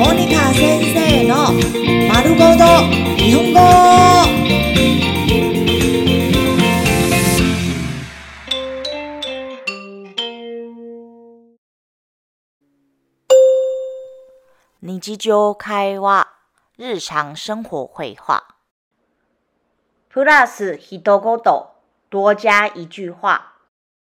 モニカ先生の丸ごと日本語。日常会話、日常生活会話。プラス一言、多加一句話。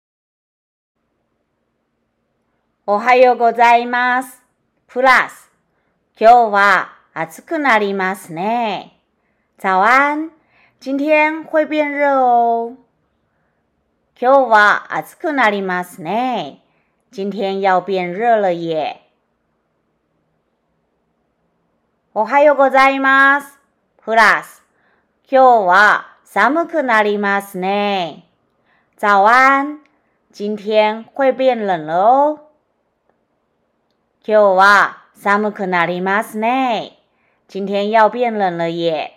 おはようございます。プラス、今日は暑くなりますね。早安、今天会变热哦。今日は暑くなりますね。今天要变热了耶。おはようございます。プラス、今日は寒くなりますね。早安、今天会变冷了哦。今日は寒くなりますね。今天要变冷了耶。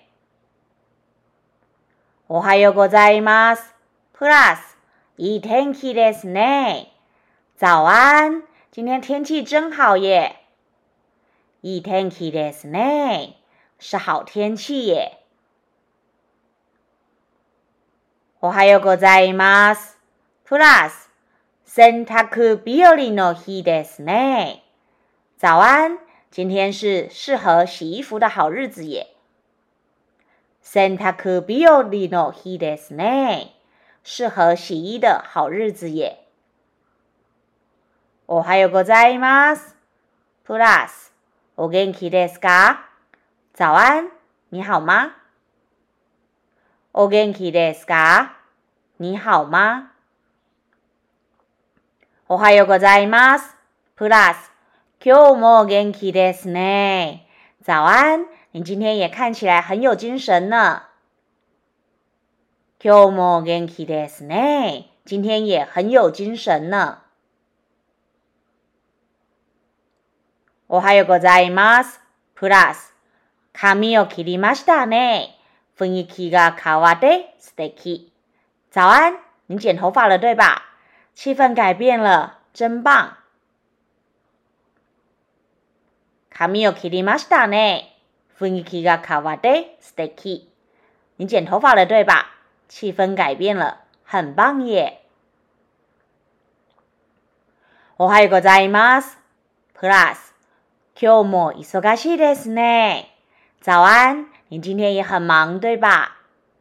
おはようございます。プラス、いい天気ですね。早安、今天天气真好耶。いい天気ですね。是好天气耶。おはようございます。プラス、洗濯日和の日ですね。早安，今天是适合洗衣服的好日子耶。洗濯日和の日ですね。适合洗衣的好日子耶。おはようございます。プラス、お元気ですか？早安，你好吗？お元気ですか？你好吗？おはようございます。プラス、今日も元気ですね。早安，你今天也看起来很有精神呢。今日も元気ですね。今天也很有精神呢。おはようございます。プラス、髪を切りましたね。雰囲気が変わって素敵。早安，你剪头发了对吧？气氛改变了，真棒。髪を切りましたね。雰囲気が変わって素敵。你剪头发了对吧？气氛改变了，很棒耶。おはようございます。プラス、今日も忙しいですね。早安，你今天也很忙对吧？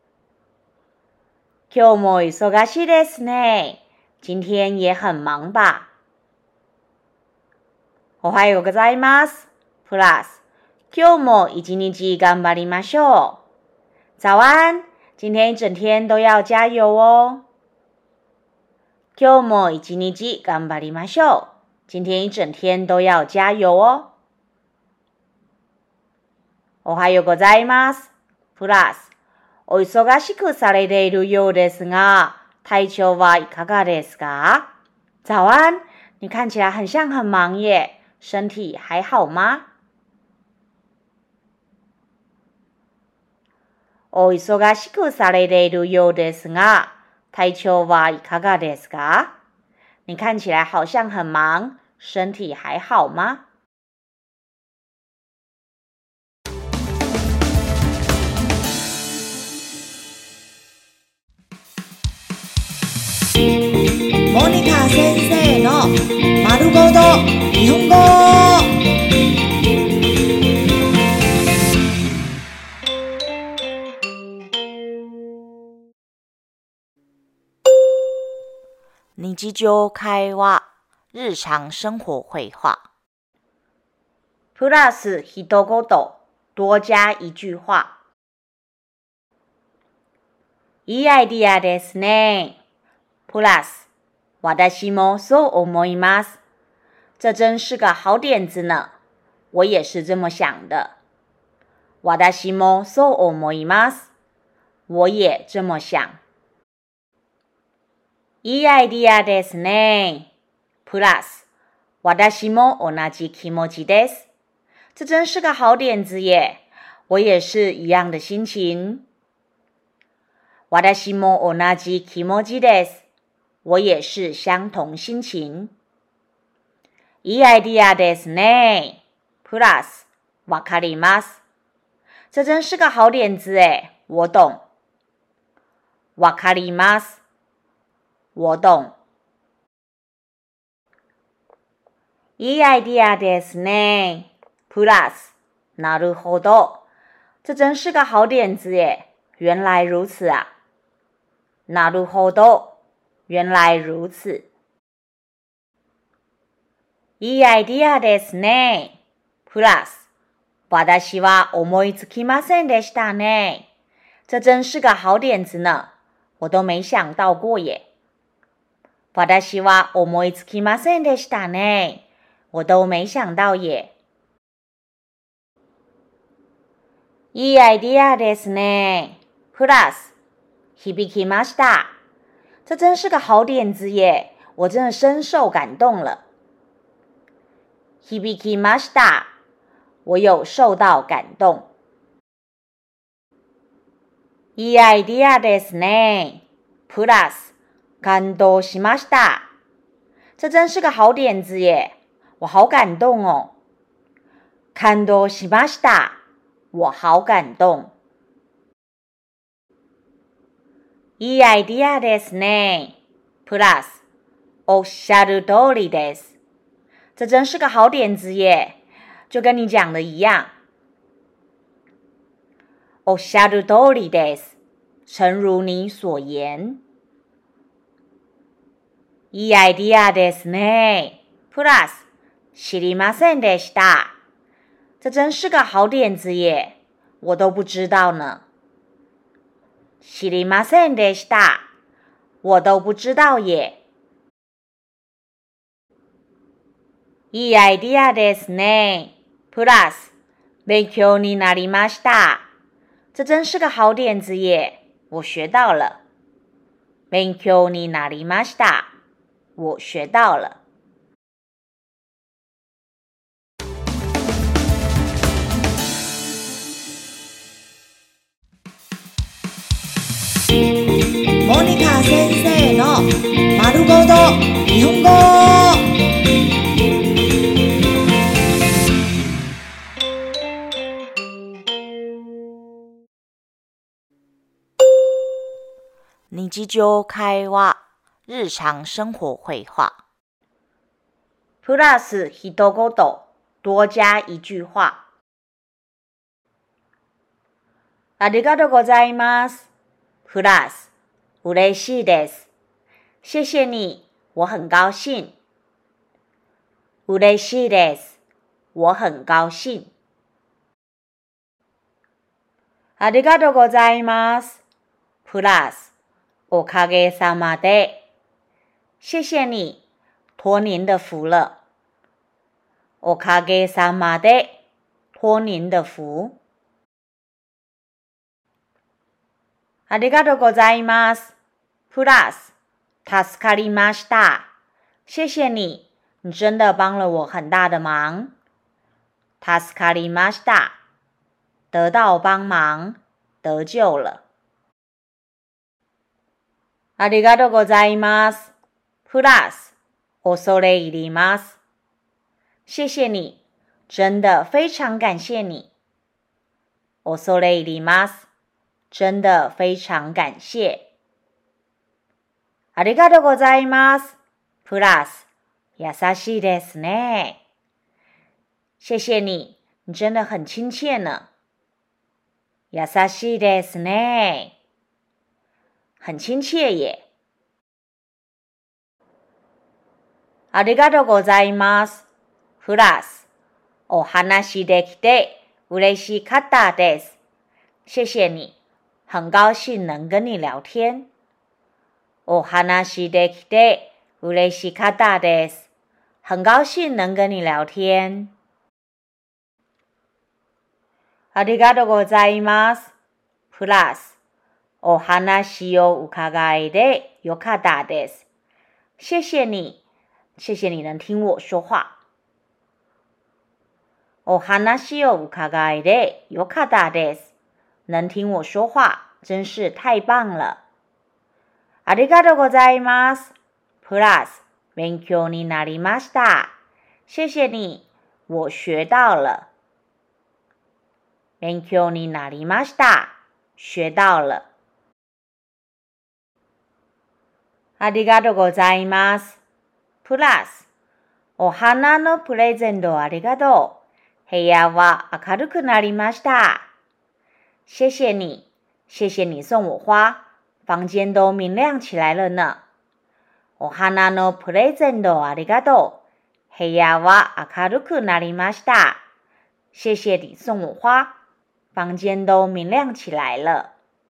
今日も忙しいですね。今天也很忙吧。おはようございます。プラス、今日も一日頑張りましょう。早安，今天一整天都要加油哦。今日も一日頑張りましょう。今天一整天都要加油哦。おはようございます。プラス、お忙しくされているようですが、体調はいかがですか？早安，你看起来很像很忙耶，身体还好吗？お忙しくされているようですが、体調はいかがですか？你看起来好像很忙，身体还好吗？モニカ先生の丸ごと日本語。日常会話、日常生活会話。プラス一言、多加一句話。いいアイディアですね。プラス、私もそう思います。这真是个好点子呢。我也是这么想的。私もそう思います。我也这么想。いいアイディアですね。プラス、私も同じ気持ちです。这真是个好点子耶。我也是一样的心情。私も同じ気持ちです。我也是相同心情。いいアイディアですね。プラス、 わかります。这真是个好点子诶，我懂。わかります。我懂。いいアイディアですね。プラス、なるほど。这真是个好点子耶，原来如此啊。なるほど。原来如此。いいアイディアですね。プラス、私は思いつきませんでしたね。这真是个好点子呢，我都没想到过耶。私は思いつきませんでしたね。我都没想到耶。いいアイディアですね。プラス、響きました。这真是个好点子耶，我真的深受感动了。響きました。我有受到感動。いいアイディアですね。プラス、感動しました。这真是个好点子耶，我好感动哦。感動しました。我好感動。いいアイディアですね。プラス、おっしゃる通りです。这真是个好点子耶，就跟你讲的一样。おっしゃる通りです。诚如你所言。いいアイディアですね。プラス、知りませんでした。这真是个好点子耶，我都不知道呢。知りませんでした。我都不知道耶。いいアイディアですね。プラス、勉強になりました。这真是个好点子耶，我学到了。勉強になりました。我学到了。モニカ先生の丸ごと日本語。日常会話、日常生活会話。プラス一言、多加一句話。ありがとうございます。プラス、嬉しいです。謝謝你、我很高興。嬉しいです。我很高興。ありがとうございます。プラス、おかげさまで。謝謝你，托您的福了。おかげさまで，托您的福。ありがとうございます。プラス、助かりました。謝謝你，你真的帮了我很大的忙。助かりました。得到帮忙，得救了。ありがとうございます。プラス、恐れ入ります。謝謝你，真的非常感謝你。恐れ入ります。真的非常感謝。ありがとうございます。プラス、優しいですね。謝謝你，你真的很親切呢。優しいですね。很親切耶。ありがとうございます。プラス、お話できて嬉しかったです。謝謝你，很高興能跟你聊天。お話できて嬉しかったです。很高興能跟你聊天。ありがとうございます。プラス、お話を伺えてよかったです。謝謝你，謝謝你能聽我說話。お話を伺えてよかったです。能聽我說話，真是太棒了。ありがとうございます。プラス、勉強になりました。謝謝你，我學到了。 勉強になりました。学到了。ありがとうございます。プラス、お花のプレゼントありがとう。部屋は明るくなりました。谢谢你，谢谢你送我花，房间都明亮起来了呢。お花のプレゼントありがとう。部屋は明るくなりました。谢谢你送我花，房间都明亮起来了。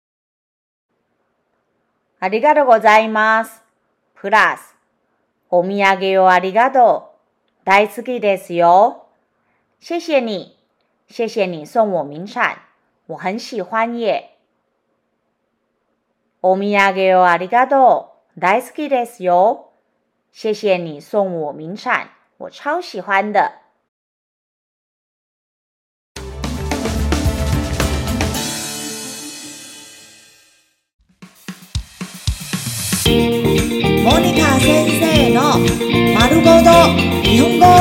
ありがとうございます。プラス、お土産をありがとう。大好きですよ。谢谢你，谢谢你送我名产，我很喜欢耶。お土産をありがとう。大好きですよ。谢谢你送我名产，我超喜欢的。モニカ先生の丸ごと日本語。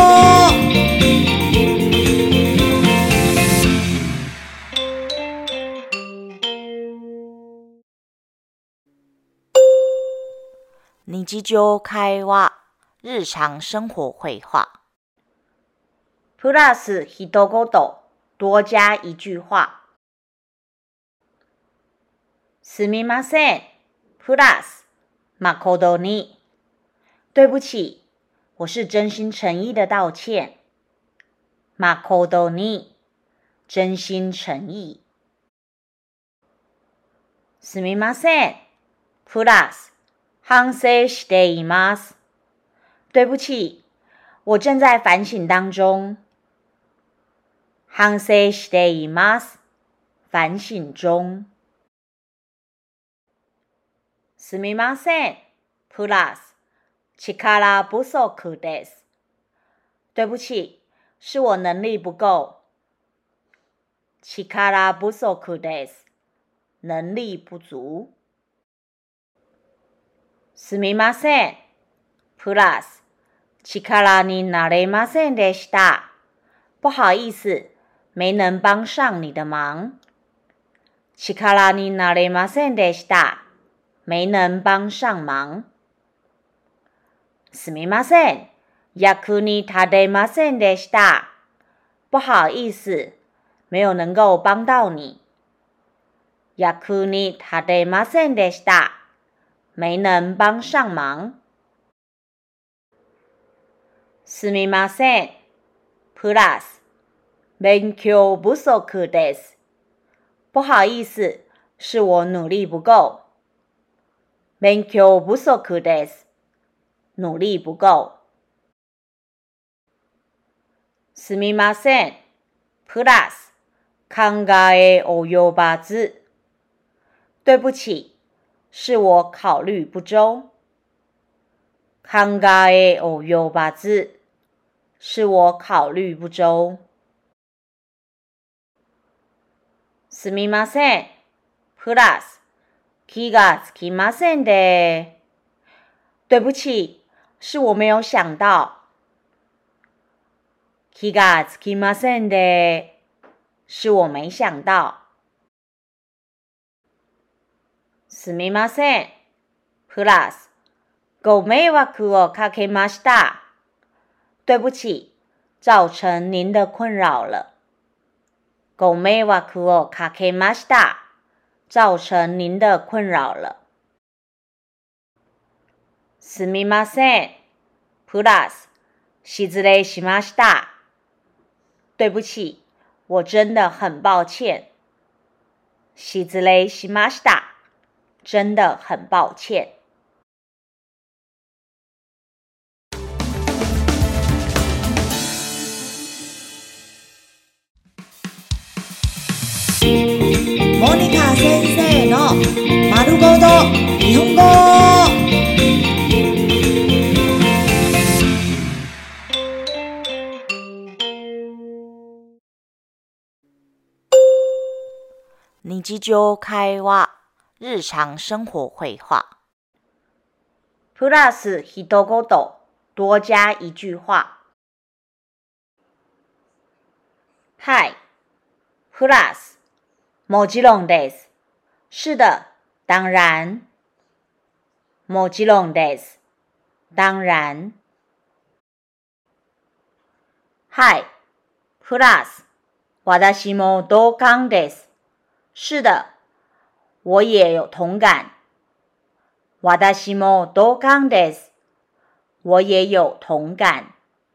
日常会話、日常生活会話。プラス一言、多加一句話。すみません、プラス誠に。对不起，我是真心诚意的道歉。誠に、真心诚意。すみません、プラス反省しています。对不起，我正在反省当中。反省しています。反省中。すみません、プラス力不足です。对不起，是我能力不够。力不足です。能力不足。すみません、プラス力になれませんでした。不好意思，没能帮上你的忙。力になれませんでした。没能帮上忙。すみません、役に立てませんでした。不好意思，没有能够帮到你。役に立てませんでした。没能帮上忙。すみません、プラス勉強不足です。不好意思，是我努力不够。勉強不足です。努力不够。すみません、プラス考え及ばず。对不起，是我考虑不周。考え及ばず，是我考虑不周。すみません、プラス気がつきませんで。对不起，是我没有想到。気がつきませんで，是我没想到。すみません、プラスご迷惑をかけました。对不起，造成您的困扰了。ご迷惑をかけました。造成您的困扰了。すみません、プラス失礼しました。对不起，我真的很抱歉。失礼しました。真的很抱歉。モニカ先生の丸ごと日本語。日常会話、日常生活会話。プラス一言、多加一句話。はい、 plus もちろんです。是的，当然。もちろんです。当然。はい。プラス私も同感です。是的，我也有同感。私も同感です。我也有同感。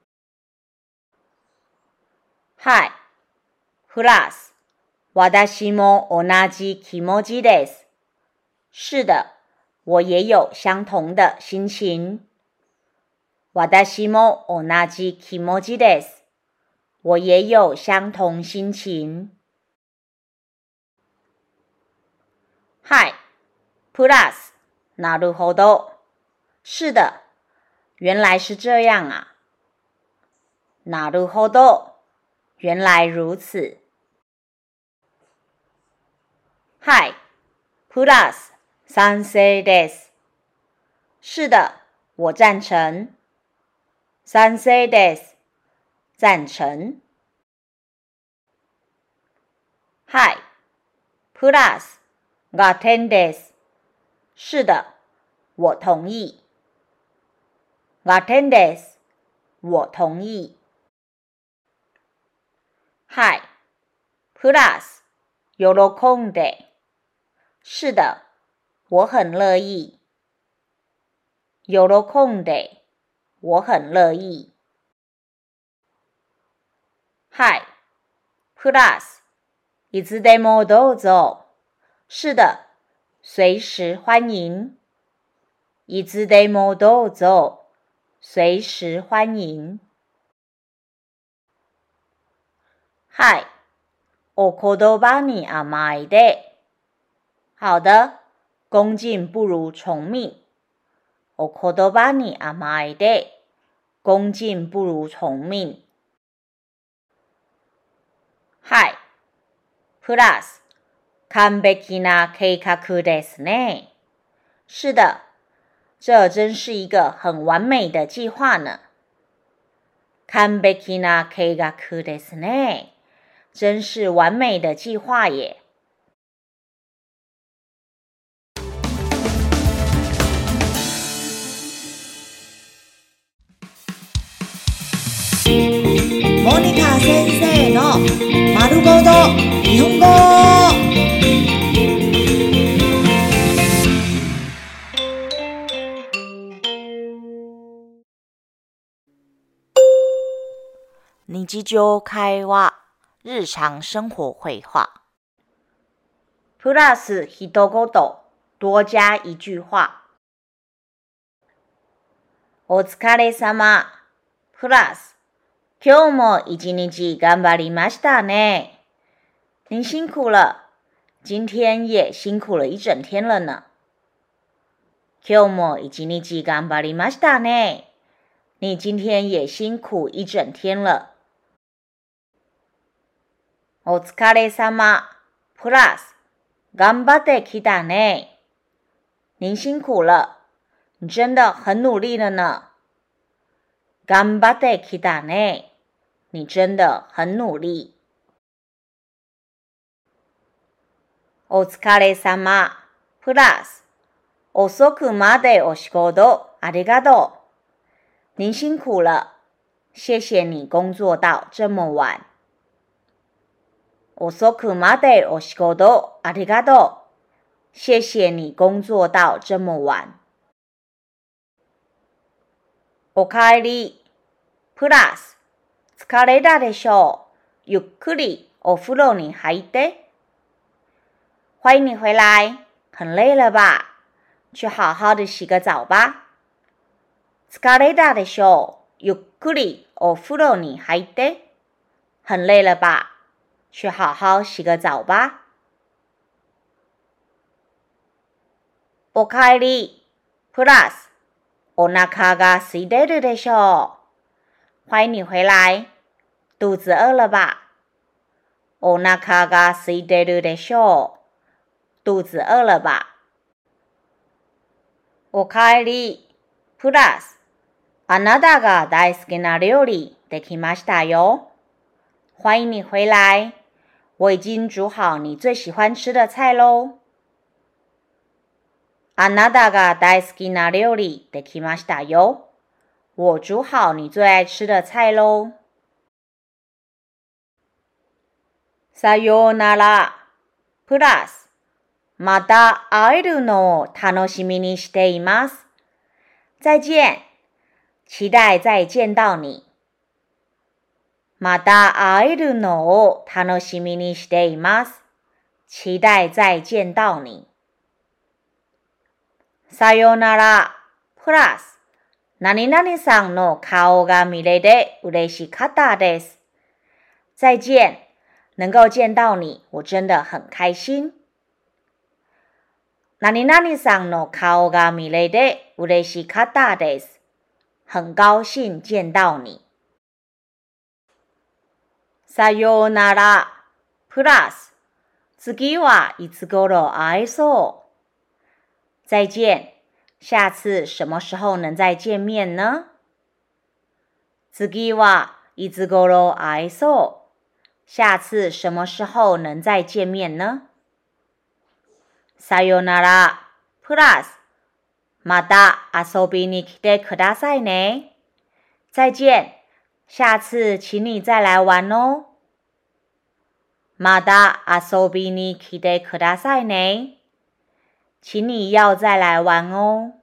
はい。プラス私も同じ気持ちです。是的，我也有相同的心情。私も同じ気持ちです。我也有相同心情。はい。プラスなるほど。是的，原来是这样啊。なるほど。原来如此。はい。プラス賛成です。是的，我赞成。賛成です。赞成。はい。プラス合点です。是的，我同意。合点です。我同意。はい。プラス喜んで。是的，我很乐意。喜んで。我很乐意。はい。プラスいつでもどうぞ。是的，随时欢迎。いつでもどうぞ。随时欢迎。はい。お言葉に甘えで。好的，恭敬不如从命。お言葉に甘えで。恭敬不如从命。はい。プラス完璧な計画ですね。是的，这真是一个很完美的计划呢。完璧な計画ですね。真是完美的计划耶。モニカ先生の丸ごと日本語。日常会話、日常生活会話。プラス一言、多加一句話。お疲れ様。プラス今日も一日頑張りましたね。您辛苦了。今天也辛苦了一整天了呢。今日も一日頑張りましたね。你今天也辛苦一整天了。お疲れ様。プラス頑張ってきたね。您辛苦了。你真的很努力了呢。頑張ってきたね。你真的很努力。お疲れ様。プラス遅くまでお仕事ありがとう。您辛苦了。谢谢你工作到这么晚。遅くまでお仕事ありがとう。谢谢你工作到这么晚。おかえり。プラス疲れたでしょう。ゆっくりお風呂に入って。欢迎你回来。很累了吧？去好好的洗个澡吧。疲れたでしょう。ゆっくりお風呂に入って。很累了吧？去好好洗个澡吧。おかえり。プラスお腹が空いてるでしょう。欢迎你回来。肚子饿了吧？お腹が空いてるでしょう。肚子饿了吧？おかえり。プラスあなたが大好きな料理できましたよ。欢迎你回来。 我已经煮好你最喜欢吃的菜喽。あなたが大好きな料理できましたよ。我煮好你最爱吃的菜喽。さようなら。プラス、また会えるのを楽しみにしています。再见。期待再见到你。また会えるのを楽しみにしています。期待再见到你。さようなら。プラス、何々さんの顔が見れて嬉しかったです。再见。能够见到你，我真的很开心。何々さんの顔が見れて嬉しかったです。很高興見到你。さようなら。プラス、次はいつ頃会えそう。再见。下次什么时候能再见面呢？次はいつ頃会えそう。下次什么时候能再见面呢？さよなら。プラス、また遊びに来てくださいね。再见。下次请你再来玩哦。また遊びに来てくださいね。请你要再来玩哦。